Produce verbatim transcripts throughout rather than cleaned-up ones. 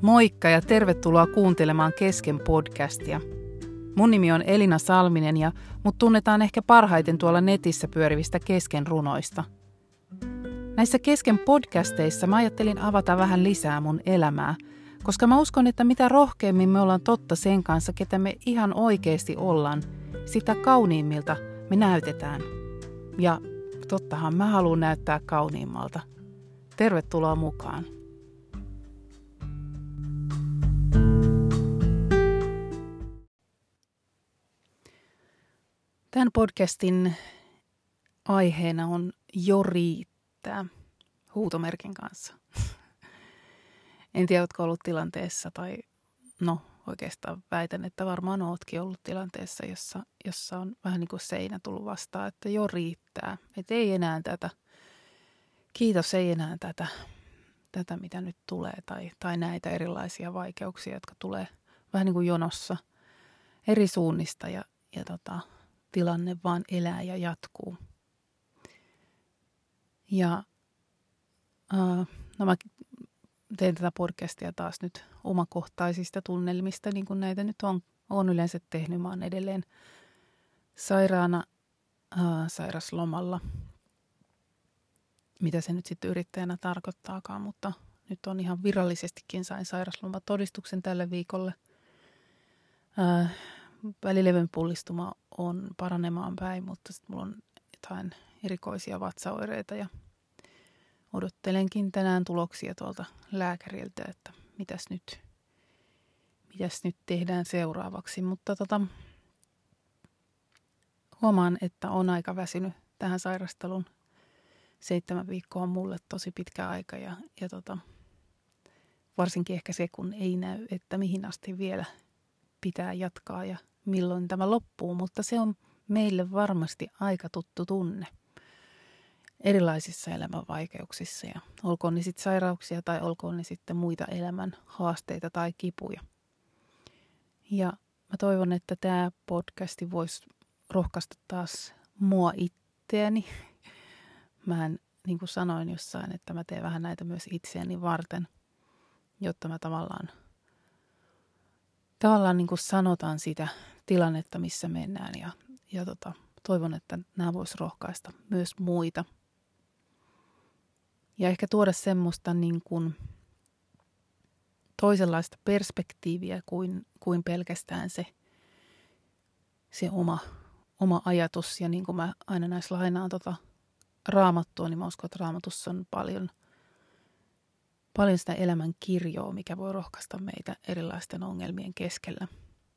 Moikka ja tervetuloa kuuntelemaan Kesken podcastia. Mun nimi on Elina Salminen ja mut tunnetaan ehkä parhaiten tuolla netissä pyörivistä Kesken runoista. Näissä Kesken podcasteissa mä ajattelin avata vähän lisää mun elämää, koska mä uskon, että mitä rohkeammin me ollaan totta sen kanssa, ketä me ihan oikeasti ollaan, sitä kauniimmilta me näytetään. Ja tottahan mä haluan näyttää kauniimmalta. Tervetuloa mukaan. Tämän podcastin aiheena on Jo riittää huutomerkin kanssa. En tiedä, oletko ollut tilanteessa, tai no oikeastaan väitän, että varmaan oletkin ollut tilanteessa, jossa, jossa on vähän niin kuin seinä tullut vastaan, että jo riittää. Että ei enää tätä, kiitos, ei enää tätä, tätä mitä nyt tulee, tai, tai näitä erilaisia vaikeuksia, jotka tulee vähän niin kuin jonossa eri suunnista ja, ja tota, tilanne vaan elää ja jatkuu. Ja äh, no mä teen tätä podcastia taas nyt omakohtaisista tunnelmista, niin kuin näitä nyt on, on yleensä tehnyt. Mä oon edelleen sairaana, äh, sairaslomalla, mitä se nyt sitten yrittäjänä tarkoittaakaan, mutta nyt on ihan virallisestikin sain sairaslomatodistuksen tälle viikolle. Äh, Välilevyn pullistuma on paranemaan päin, mutta sitten mulla on jotain erikoisia vatsaoireita ja odottelenkin tänään tuloksia tuolta lääkäriltä, että mitäs nyt, mitäs nyt tehdään seuraavaksi. Mutta tota, huomaan, että on aika väsynyt tähän sairastelun. Seitsemän viikkoa on mulle tosi pitkä aika ja, ja tota, varsinkin ehkä se, kun ei näy, että mihin asti vielä pitää jatkaa ja milloin tämä loppuu, mutta se on meille varmasti aika tuttu tunne erilaisissa elämänvaikeuksissa ja olkoon ne sitten sairauksia tai olkoon ne sitten muita elämän haasteita tai kipuja. Ja mä toivon, että tämä podcasti voisi rohkaista taas mua itseäni. Mähän niin kuin sanoin jossain, että mä teen vähän näitä myös itseäni varten, jotta mä tavallaan Tavallaan niin kuin sanotaan sitä tilannetta, missä mennään ja, ja tota, toivon, että nämä vois rohkaista myös muita. Ja ehkä tuoda semmoista niin kuin toisenlaista perspektiiviä kuin, kuin pelkästään se, se oma, oma ajatus. Ja niin kuin mä aina näissä lainaan tota Raamattua, niin mä uskon, että Raamatussa on paljon Paljon sitä elämän kirjoa, mikä voi rohkaista meitä erilaisten ongelmien keskellä.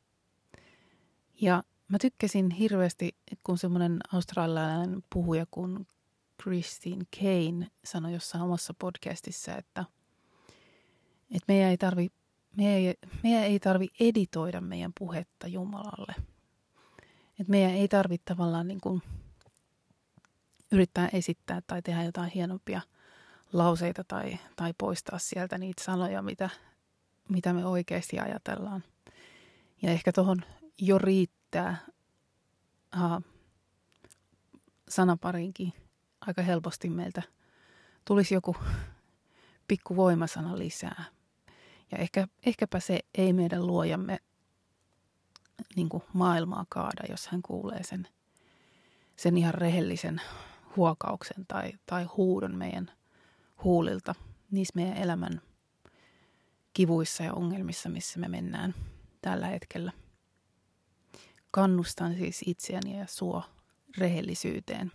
Ja mä tykkäsin hirveästi, kun semmoinen australialainen puhuja kuin Christine Caine sanoi jossain omassa podcastissa, että, että meidän ei tarvi, meidän, meidän ei tarvi editoida meidän puhetta Jumalalle. Että meidän ei tarvitse tavallaan niin kuin yrittää esittää tai tehdä jotain hienompia lauseita tai, tai poistaa sieltä niitä sanoja, mitä, mitä me oikeasti ajatellaan. Ja ehkä tuohon jo riittää uh, sanaparinkin aika helposti meiltä tulisi joku pikku voimasana lisää. Ja ehkä, ehkäpä se ei meidän luojamme niin kuin maailmaa kaada, jos hän kuulee sen, sen ihan rehellisen huokauksen tai, tai huudon meidän huulilta niissä meidän elämän kivuissa ja ongelmissa, missä me mennään tällä hetkellä. Kannustan siis itseäni ja sua rehellisyyteen.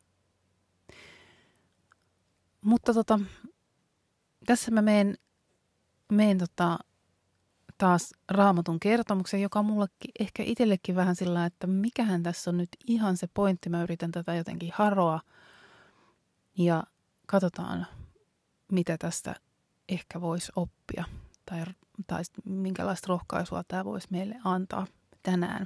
Mutta tota, tässä mä menen, menen tota, taas Raamatun kertomuksen, joka on mullekin ehkä itsellekin vähän sillä, että mikähän tässä on nyt ihan se pointti. Mä yritän tätä jotenkin haroa ja katsotaan, mitä tästä ehkä voisi oppia tai, tai minkälaista rohkaisua tämä voisi meille antaa tänään.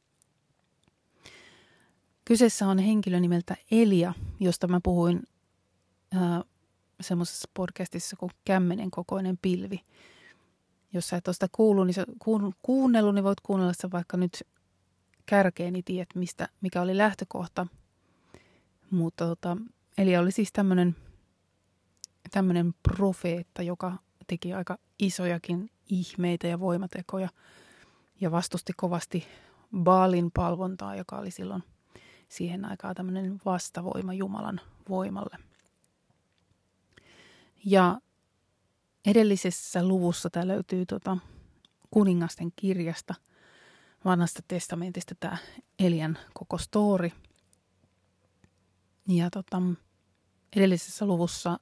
Kyseessä on henkilö nimeltä Elia, josta mä puhuin äh, semmoisessa podcastissa kuin Kämmenen kokoinen pilvi. Jos sä et ole sitä kuullut, niin, kuun, kuunnellut, niin voit kuunnella sitä vaikka nyt kärkeen, niin tiedät, mistä, mikä oli lähtökohta. Mutta tota, Elia oli siis tämmöinen tämmöinen profeetta, joka teki aika isojakin ihmeitä ja voimatekoja ja vastusti kovasti Baalin palvontaa, joka oli silloin siihen aikaan tämmöinen vastavoima Jumalan voimalle. Ja edellisessä luvussa tämä löytyy tota kuningasten kirjasta, vanhasta testamentista tämä Elian koko story. Ja tota, edellisessä luvussa,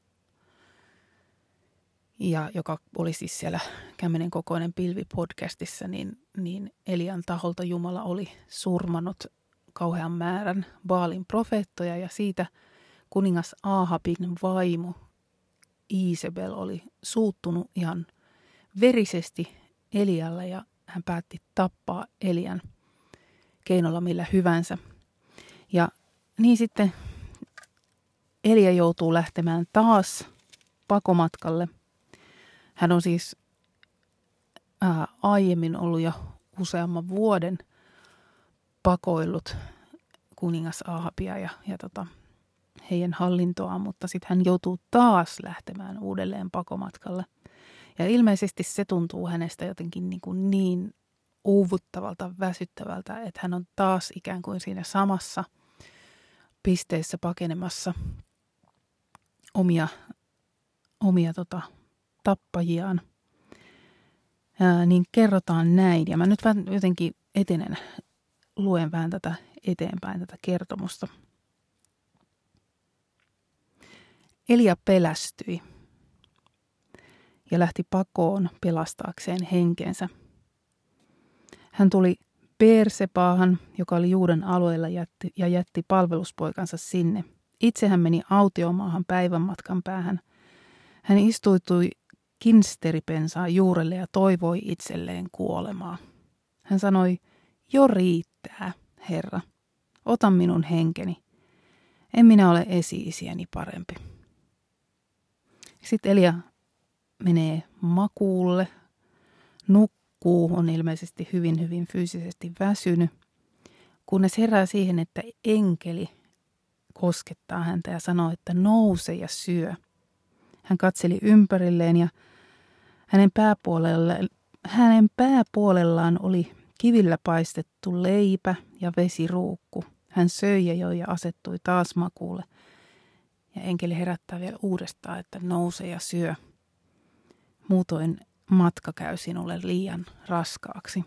ja joka oli siis siellä Kämmenen kokoinen pilvi podcastissa, niin, niin Elian taholta Jumala oli surmannut kauhean määrän Baalin profeettoja, ja siitä kuningas Ahabin vaimo Iisabel oli suuttunut ihan verisesti Elialle, ja hän päätti tappaa Elian keinolla millä hyvänsä. Ja niin sitten Elia joutuu lähtemään taas pakomatkalle. Hän on siis ää, aiemmin ollut jo useamman vuoden pakoillut kuningas Ahabia ja, ja tota, heidän hallintoaan, mutta sitten hän joutuu taas lähtemään uudelleen pakomatkalle. Ja ilmeisesti se tuntuu hänestä jotenkin niin, kuin niin uuvuttavalta, väsyttävältä, että hän on taas ikään kuin siinä samassa pisteessä pakenemassa omia, omia tota, tappajiaan. Ää, niin kerrotaan näin, ja mä nyt vähän jotenkin etenen, luen vähän tätä eteenpäin, tätä kertomusta. Elia pelästyi ja lähti pakoon pelastaakseen henkensä. Hän tuli Beersebaahan, joka oli Juudan alueella, jätti, ja jätti palveluspoikansa sinne. Itse hän meni autiomaahan päivän matkan päähän. Hän istuutui kinsteripensaan juurelle ja toivoi itselleen kuolemaa. Hän sanoi, jo riittää, Herra, ota minun henkeni. En minä ole esi-isiäni parempi. Sitten Elia menee makuulle, nukkuu, on ilmeisesti hyvin, hyvin fyysisesti väsynyt, kunnes herää siihen, että enkeli koskettaa häntä ja sanoo, että nouse ja syö. Hän katseli ympärilleen ja hänen, pääpuolella, hänen pääpuolellaan oli kivillä paistettu leipä ja vesiruukku. Hän söi ja joi ja asettui taas makuulle. Ja enkeli herättää vielä uudestaan, että nouse ja syö. Muutoin matka käy sinulle liian raskaaksi.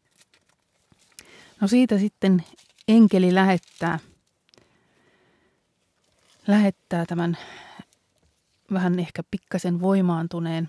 No siitä sitten enkeli lähettää, lähettää tämän vähän ehkä pikkasen voimaantuneen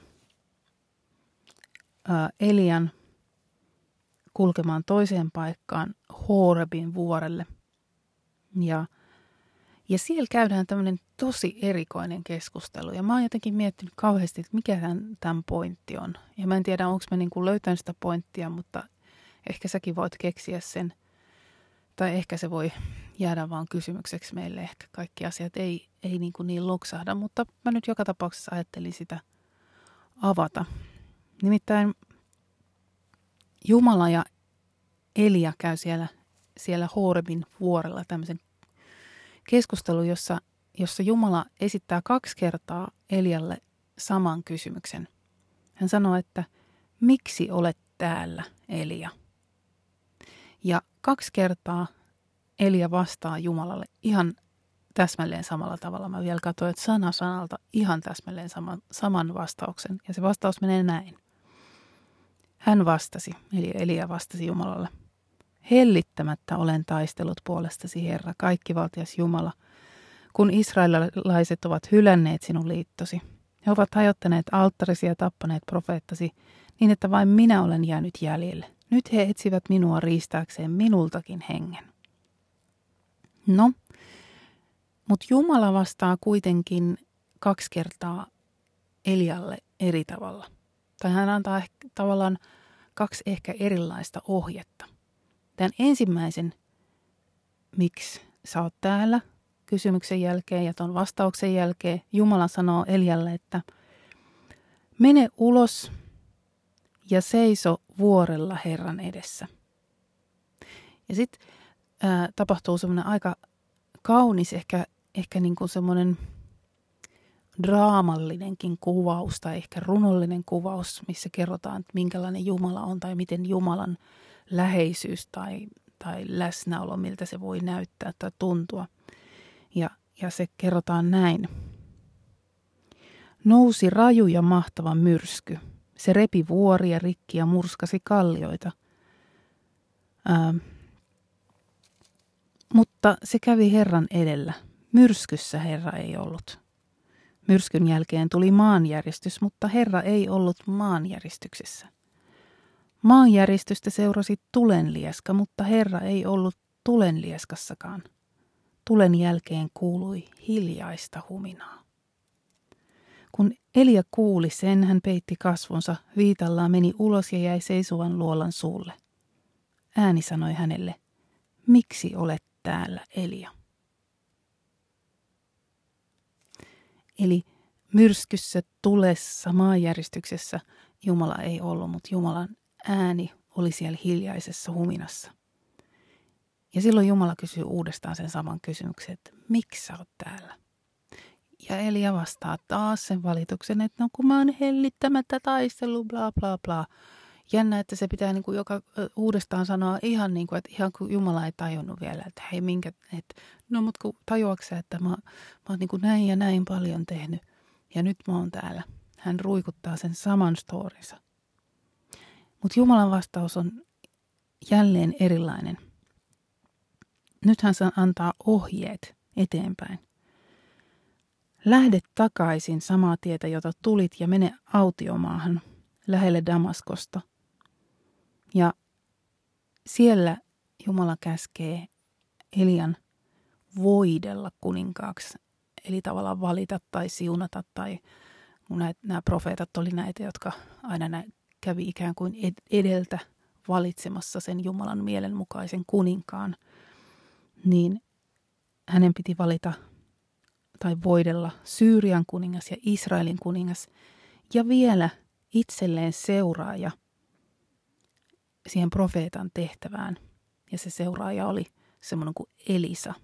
ää, Elian kulkemaan toiseen paikkaan Horebin vuorelle. Ja, ja siellä käydään tämmöinen tosi erikoinen keskustelu. Ja mä oon jotenkin miettinyt kauheasti, että mikä tämän, tämän pointti on. Ja mä en tiedä, onko mä niinku löytänyt sitä pointtia, mutta ehkä säkin voit keksiä sen. Tai ehkä se voi jäädä vaan kysymykseksi meille. Ehkä kaikki asiat ei, ei niin, kuin niin loksahda, mutta mä nyt joka tapauksessa ajattelin sitä avata. Nimittäin Jumala ja Elia käy siellä, siellä Horebin vuorella tämmöisen keskustelun, jossa, jossa Jumala esittää kaksi kertaa Elialle saman kysymyksen. Hän sanoo, että miksi olet täällä, Elia? Ja kaksi kertaa Elia vastaa Jumalalle ihan täsmälleen samalla tavalla. Mä vielä katsoin, että sana sanalta ihan täsmälleen saman, saman vastauksen. Ja se vastaus menee näin. Hän vastasi, eli Elia vastasi Jumalalle. Hellittämättä olen taistellut puolestasi, Herra, kaikkivaltias Jumala, kun israelilaiset ovat hylänneet sinun liittosi. He ovat hajottaneet alttarisi ja tappaneet profeettasi niin, että vain minä olen jäänyt jäljelle. Nyt he etsivät minua riistääkseen minultakin hengen. No, mutta Jumala vastaa kuitenkin kaksi kertaa Elialle eri tavalla. Tai hän antaa ehkä, tavallaan kaksi ehkä erilaista ohjetta. Tämän ensimmäisen, miksi sä oot täällä, kysymyksen jälkeen ja ton vastauksen jälkeen Jumala sanoo Elialle, että mene ulos ja seiso vuorella Herran edessä. Ja sitten tapahtuu semmoinen aika kaunis, ehkä, ehkä niin kuin semmoinen draamallinenkin kuvaus tai ehkä runollinen kuvaus, missä kerrotaan, että minkälainen Jumala on tai miten Jumalan läheisyys tai, tai läsnäolo, miltä se voi näyttää tai tuntua. Ja, ja se kerrotaan näin. Nousi raju ja mahtava myrsky. Se repi vuoria rikki ja murskasi kallioita. Ää, mutta se kävi Herran edellä. Myrskyssä Herra ei ollut. Myrskyn jälkeen tuli maanjäristys, mutta Herra ei ollut maanjäristyksessä. Maanjäristystä seurasi tulenlieska, mutta Herra ei ollut tulenlieskassakaan. Tulen jälkeen kuului hiljaista huminaa. Kun Elia kuuli sen, hän peitti kasvonsa, viitallaan meni ulos ja jäi seisovan luolan suulle. Ääni sanoi hänelle, miksi olet täällä, Elia? Eli myrskyssä, tulessa, maanjäristyksessä Jumala ei ollut, mutta Jumalan ääni oli siellä hiljaisessa huminassa. Ja silloin Jumala kysyy uudestaan sen saman kysymyksen, että miksi sä oot täällä? Ja Elia vastaa taas sen valituksen, että no kun mä oon hellittämättä taistellut, bla bla bla. Jännä, että se pitää niin kuin joka uudestaan sanoa ihan niin kuin, että ihan kuin Jumala ei tajunnut vielä, että hei minkä, että no mut kun tajuaksä, että mä, mä oon niin kuin näin ja näin paljon tehnyt ja nyt mä oon täällä. Hän ruikuttaa sen saman storinsa. Mutta Jumalan vastaus on jälleen erilainen. Nyt hän antaa ohjeet eteenpäin. Lähde takaisin samaa tietä, jota tulit ja mene autiomaahan lähelle Damaskosta. Ja siellä Jumala käskee Elian voidella kuninkaaksi, eli tavallaan valita tai siunata, tai kun näitä, nämä profeetat oli näitä, jotka aina näitä kävi ikään kuin edeltä valitsemassa sen Jumalan mielenmukaisen kuninkaan, niin hänen piti valita tai voidella Syyrian kuningas ja Israelin kuningas ja vielä itselleen seuraaja siihen profeetan tehtävään. Ja se seuraaja oli semmoinen kuin Elisa.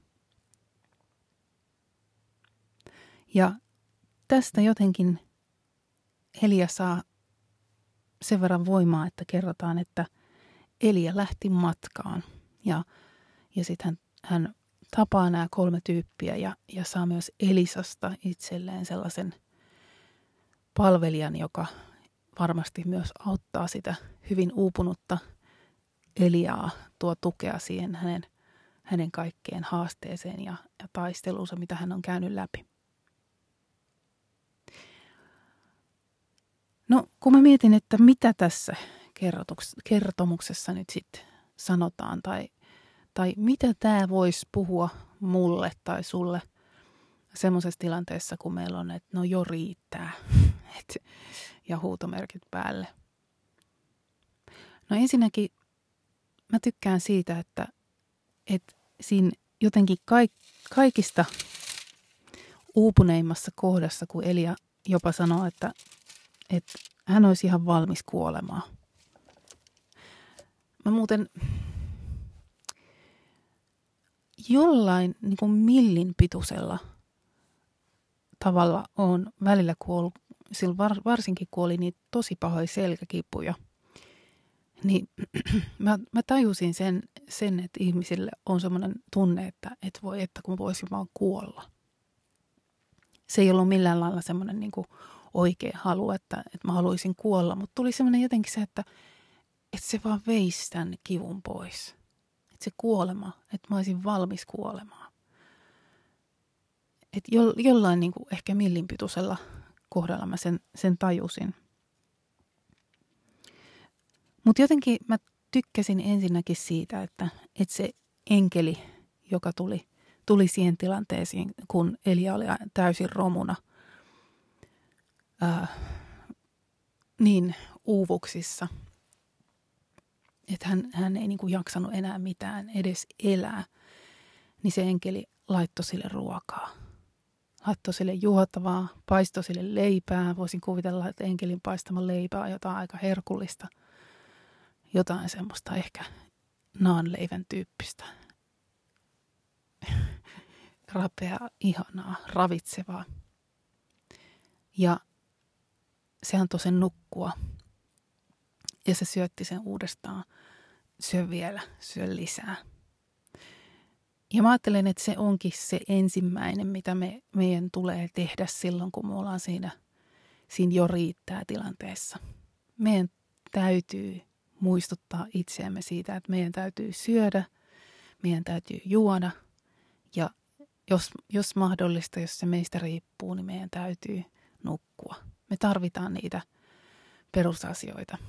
Ja tästä jotenkin Elia saa sen verran voimaa, että kerrotaan, että Elia lähti matkaan. Ja, ja sitten hän, hän tapaa nämä kolme tyyppiä ja, ja saa myös Elisasta itselleen sellaisen palvelijan, joka varmasti myös auttaa sitä hyvin uupunutta Eliaa, tuo tukea siihen hänen, hänen kaikkeen haasteeseen ja, ja taisteluunsa, mitä hän on käynyt läpi. No, kun mä mietin, että mitä tässä kertomuksessa nyt sitten sanotaan, tai, tai mitä tämä voisi puhua mulle tai sulle semmoisessa tilanteessa, kun meillä on, että no jo riittää, et, ja huutomerkit päälle. No ensinnäkin mä tykkään siitä, että, että siinä jotenkin kaik, kaikista uupuneimmassa kohdassa, kun Elia jopa sanoo, että, että hän olisi ihan valmis kuolemaan. Mä muuten jollain niin kuin millin pituisella tavalla on välillä kuollut, silloin varsinkin kun oli niitä tosi pahoja selkäkipuja, niin mä, mä tajusin sen, sen, että ihmisille on semmoinen tunne, että et voi, että kun mä voisin vaan kuolla. Se ei ollut millään lailla semmoinen niin kuin oikea halu, että, että mä haluaisin kuolla, mutta tuli semmoinen jotenkin se, että, että se vaan veisi tämän kivun pois. Että se kuolema, että mä olisin valmis kuolemaan. Että jo, jollain niin kuin ehkä millinpituisella kohdalla mä sen, sen tajusin. Mutta jotenkin mä tykkäsin ensinnäkin siitä, että, että se enkeli, joka tuli, tuli siihen tilanteeseen, kun Elia oli täysin romuna, ää, niin uuvuksissa, että hän, hän ei niin kuin jaksanut enää mitään edes elää, niin se enkeli laittoi sille ruokaa. Laittoi sille juotavaa, paistoi sille leipää. Voisin kuvitella, että enkelin paistama leipää on jotain aika herkullista. Jotain semmoista ehkä naanleivän tyyppistä. Rapeaa, ihanaa, ravitsevaa. Ja se antoi sen nukkua. Ja se syötti sen uudestaan. Syö vielä, syö lisää. Ja mä ajattelen, että se onkin se ensimmäinen, mitä me, meidän tulee tehdä silloin, kun me ollaan siinä, siinä jo riittää tilanteessa. Meidän täytyy muistuttaa itseämme siitä, että meidän täytyy syödä, meidän täytyy juoda ja jos, jos mahdollista, jos se meistä riippuu, niin meidän täytyy nukkua. Me tarvitaan niitä perusasioita.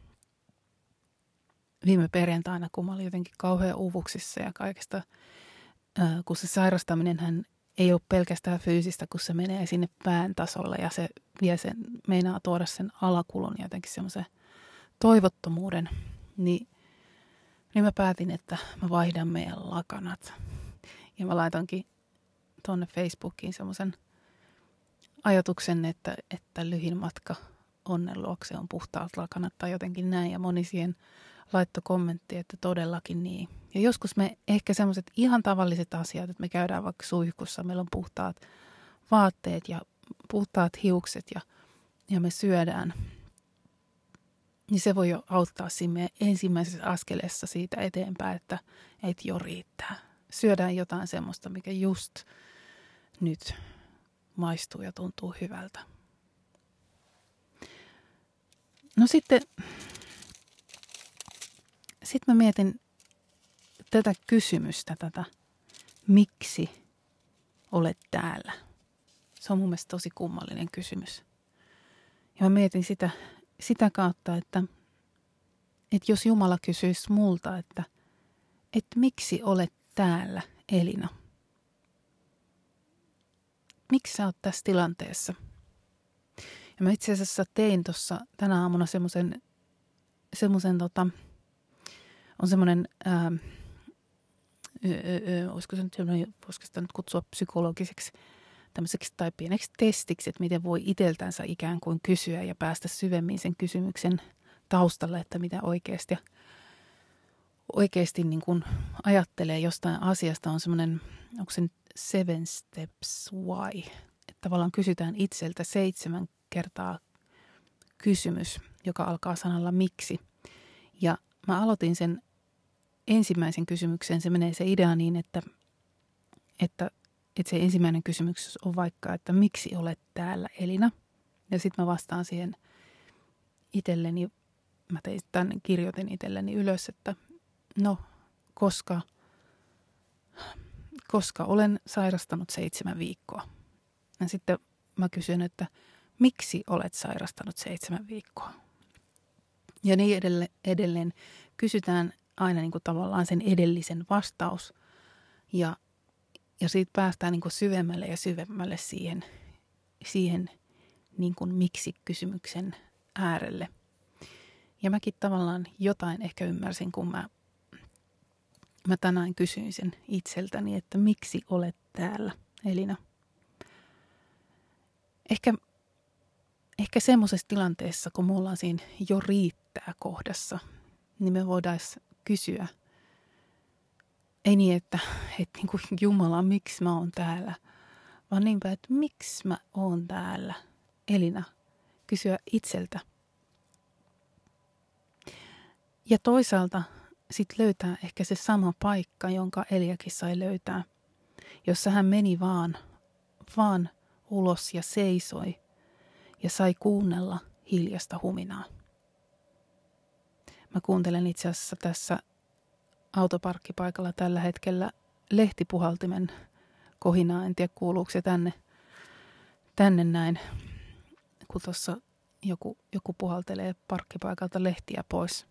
Viime perjantaina, kun mä olin jotenkin kauhean uvuksissa ja kaikesta, ää, kun se sairastaminenhän ei ole pelkästään fyysistä, kun se menee sinne pään tasolle ja se vie sen, meinaa tuoda sen alakulon ja jotenkin semmoisen toivottomuuden, niin, niin mä päätin, että mä vaihdan meidän lakanat. Ja mä laitankin tuonne Facebookiin semmoisen ajatuksen, että, että lyhin matka onnen luokse on puhtaat lakanat tai jotenkin näin. Ja moni siihen laittoi kommentti, että todellakin niin. Ja joskus me ehkä semmoiset ihan tavalliset asiat, että me käydään vaikka suihkussa, meillä on puhtaat vaatteet ja puhtaat hiukset ja, ja me syödään, niin se voi jo auttaa siinä meidän ensimmäisessä askeleessa siitä eteenpäin, että et jo riittää. Syödään jotain semmoista, mikä just nyt maistuu ja tuntuu hyvältä. No sitten, sit mä mietin tätä kysymystä, tätä miksi olet täällä. Se on mun mielestä tosi kummallinen kysymys. Ja mä mietin sitä, sitä kautta, että, että jos Jumala kysyisi multa, että, että miksi olet täällä, Elina? Miksi sä oot tässä tilanteessa? Ja mä itse asiassa tein tuossa tänä aamuna semmoisen, semmoisen tota, on semmoinen, ää, öö, olisiko se nyt, voisiko sitä nyt kutsua psykologiseksi tämmöiseksi tai pieneksi testiksi, että miten voi itseltänsä ikään kuin kysyä ja päästä syvemmin sen kysymyksen taustalle, että mitä oikeasti, oikeasti niin kuin ajattelee jostain asiasta. On semmoinen, onko se nyt seven steps why, että tavallaan kysytään itseltä seitsemän kertaa kysymys, joka alkaa sanalla miksi. Ja mä aloitin sen ensimmäisen kysymyksen, se menee se idea niin, että, että, että se ensimmäinen kysymys on vaikka, että miksi olet täällä, Elina? Ja sitten mä vastaan siihen itselleni, mä tein tämän, kirjoitin itselleni ylös, että no, koska, koska olen sairastanut seitsemän viikkoa. Ja sitten mä kysyn, että miksi olet sairastanut seitsemän viikkoa? Ja niin edelleen, edelleen kysytään aina niin kuin tavallaan sen edellisen vastaus. Ja, ja siitä päästään niin kuin syvemmälle ja syvemmälle siihen, siihen niin kuin miksi-kysymyksen äärelle. Ja mäkin tavallaan jotain ehkä ymmärsin, kun mä, mä tänään kysyin sen itseltäni, että miksi olet täällä, Elina? Ehkä, ehkä semmoisessa tilanteessa, kun me ollaan siinä jo riittää kohdassa, niin me voidaan kysyä, ei niin, että, että niin kuin Jumala, miksi mä oon täällä, vaan niinpä, että miksi mä oon täällä, Elina, kysyä itseltä. Ja toisaalta sitten löytää ehkä se sama paikka, jonka Eliakin sai löytää, jossa hän meni vaan, vaan ulos ja seisoi ja sai kuunnella hiljasta huminaa. Mä kuuntelen itse asiassa tässä autoparkkipaikalla tällä hetkellä lehtipuhaltimen kohinaa. En tiedä, kuuluuko se tänne, tänne näin, kun tuossa joku, joku puhaltelee parkkipaikalta lehtiä pois.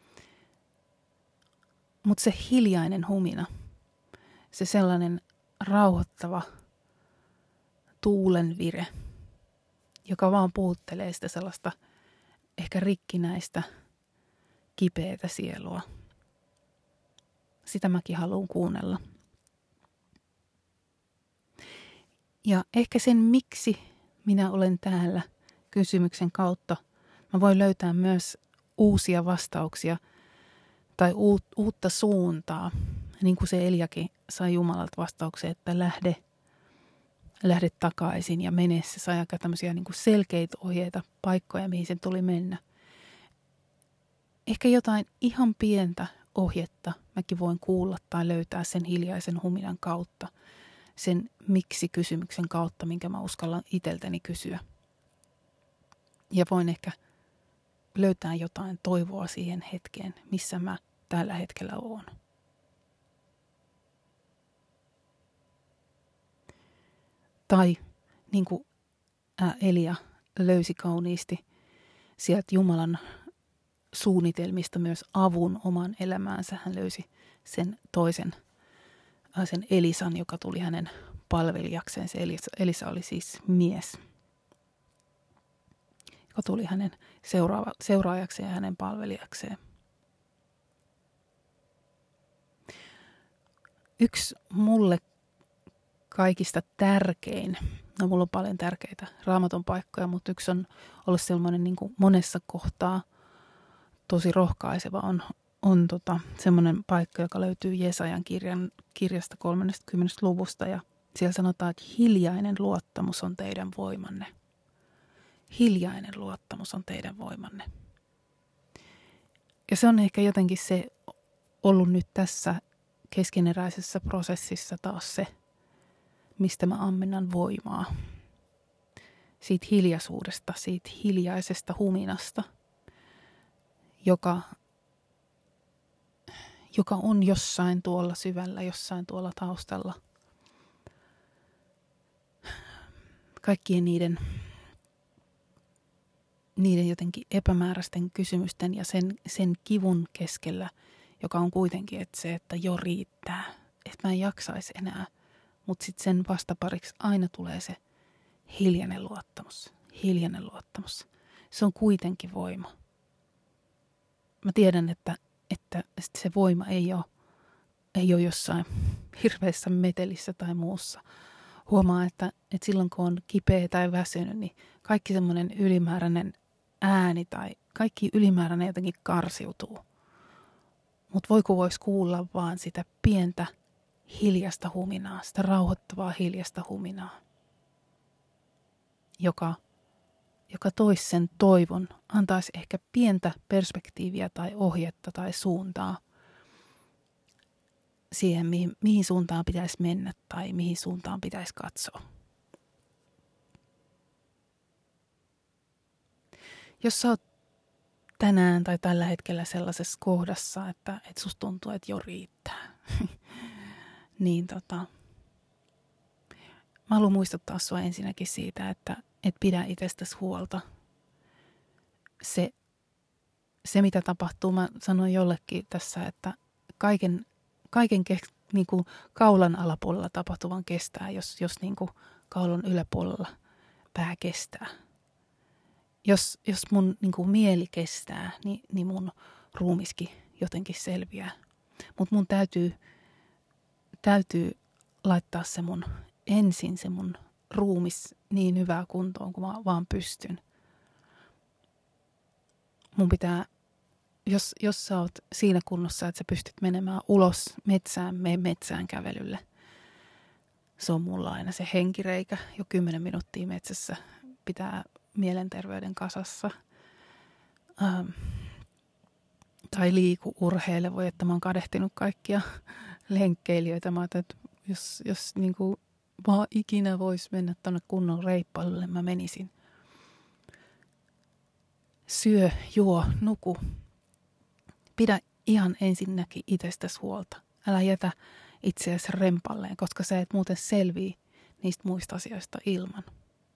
Mutta se hiljainen humina, se sellainen rauhoittava tuulenvire, joka vaan puhuttelee sitä sellaista ehkä rikkinäistä, kipeätä sielua. Sitä mäkin haluan kuunnella. Ja ehkä sen miksi minä olen täällä kysymyksen kautta mä voin löytää myös uusia vastauksia tai uutta suuntaa. Niin kuin se Eliakin sai Jumalalta vastauksen, että lähde, lähde takaisin ja mene. Se sai aika tämmöisiä niin kuin selkeitä ohjeita, paikkoja, mihin sen tuli mennä. Ehkä jotain ihan pientä ohjetta mäkin voin kuulla tai löytää sen hiljaisen huminan kautta. Sen miksi-kysymyksen kautta, minkä mä uskallan itseltäni kysyä. Ja voin ehkä löytää jotain toivoa siihen hetkeen, missä mä tällä hetkellä oon. Tai niin kuin Elia löysi kauniisti sieltä Jumalan suunnitelmista myös avun oman elämäänsä. Hän löysi sen toisen, sen Elisan, joka tuli hänen palvelijakseen. Se Elisa, Elisa oli siis mies, joka tuli hänen seuraava, seuraajakseen ja hänen palvelijakseen. Yksi mulle kaikista tärkein, no mulla on paljon tärkeitä Raamatun paikkoja, mutta yksi on ollut sellainen niin kuin monessa kohtaa tosi rohkaiseva on, on tota, semmoinen paikka, joka löytyy Jesajan kirjan, kirjasta kolmekymmentä luvusta ja siellä sanotaan, että hiljainen luottamus on teidän voimanne. Hiljainen luottamus on teidän voimanne. Ja se on ehkä jotenkin se ollut nyt tässä keskeneräisessä prosessissa taas se, mistä mä ammennan voimaa. Siitä hiljaisuudesta, siitä hiljaisesta huminasta, joka, joka on jossain tuolla syvällä, jossain tuolla taustalla. Kaikkien niiden, niiden jotenkin epämääräisten kysymysten ja sen, sen kivun keskellä, joka on kuitenkin että se, että jo riittää, että mä en jaksaisi enää. Mutta sitten sen vastapariksi aina tulee se hiljainen luottamus, hiljainen luottamus. Se on kuitenkin voima. Mä tiedän, että, että se voima ei ole, ei ole jossain hirveässä metelissä tai muussa. Huomaa, että, että silloin kun on kipeä tai väsynyt, niin kaikki semmoinen ylimääräinen ääni tai kaikki ylimääräinen jotenkin karsiutuu. Mutta voi kun voisi kuulla vaan sitä pientä hiljasta huminaa, sitä rauhoittavaa hiljasta huminaa, joka, joka toisi sen toivon, antaisi ehkä pientä perspektiiviä tai ohjetta tai suuntaa siihen, mihin, mihin suuntaan pitäisi mennä tai mihin suuntaan pitäisi katsoa. Jos sä oot tänään tai tällä hetkellä sellaisessa kohdassa, että, että susta tuntuu, että jo riittää, niin tota, mä haluan muistuttaa sua ensinnäkin siitä, että et pidä itsestäsi huolta. Se, se, mitä tapahtuu, mä sanoin jollekin tässä, että kaiken, kaiken ke, niin kuin kaulan alapuolella tapahtuvan kestää, jos, jos niin kuin kaulan yläpuolella pää kestää. Jos, jos mun niin kuin mieli kestää, niin, niin mun ruumiskin jotenkin selviää. Mutta mun täytyy, täytyy laittaa se mun ensin se mun ruumis niin hyvää kuntoon, kuin mä vaan pystyn. Mun pitää, jos, jos sä oot siinä kunnossa, että sä pystyt menemään ulos metsään, mene metsään kävelylle. Se on mulla aina se henkireikä, jo kymmenen minuuttia metsässä pitää mielenterveyden kasassa. Ähm, tai liiku, urheile, voi että mä oon kadehtinut kaikkia lenkkeilijöitä. Mä ajattelin, että jos, jos niin kuin vaan ikinä vois mennä tuonne kunnon reippailulle, mä menisin. Syö, juo, nuku. Pidä ihan ensinnäkin itsestäsi huolta. Älä jätä itseäsi rempalleen, koska sä et muuten selvii niistä muista asioista ilman.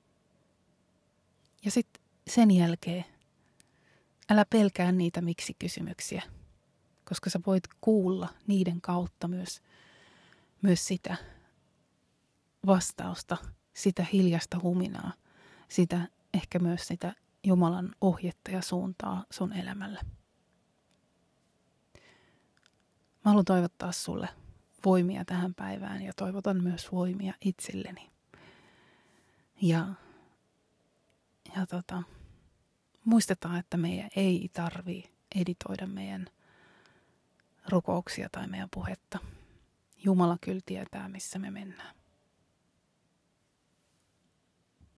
Ja sitten sen jälkeen älä pelkää niitä miksi-kysymyksiä, koska sä voit kuulla niiden kautta myös, myös sitä vastausta, sitä hiljasta huminaa, sitä ehkä myös sitä Jumalan ohjetta ja suuntaa sun elämälle. Mä haluan toivottaa sulle voimia tähän päivään ja toivotan myös voimia itselleni. Ja, ja tota, muistetaan, että meidän ei tarvitse editoida meidän rukouksia tai meidän puhetta. Jumala kyllä tietää, missä me mennään.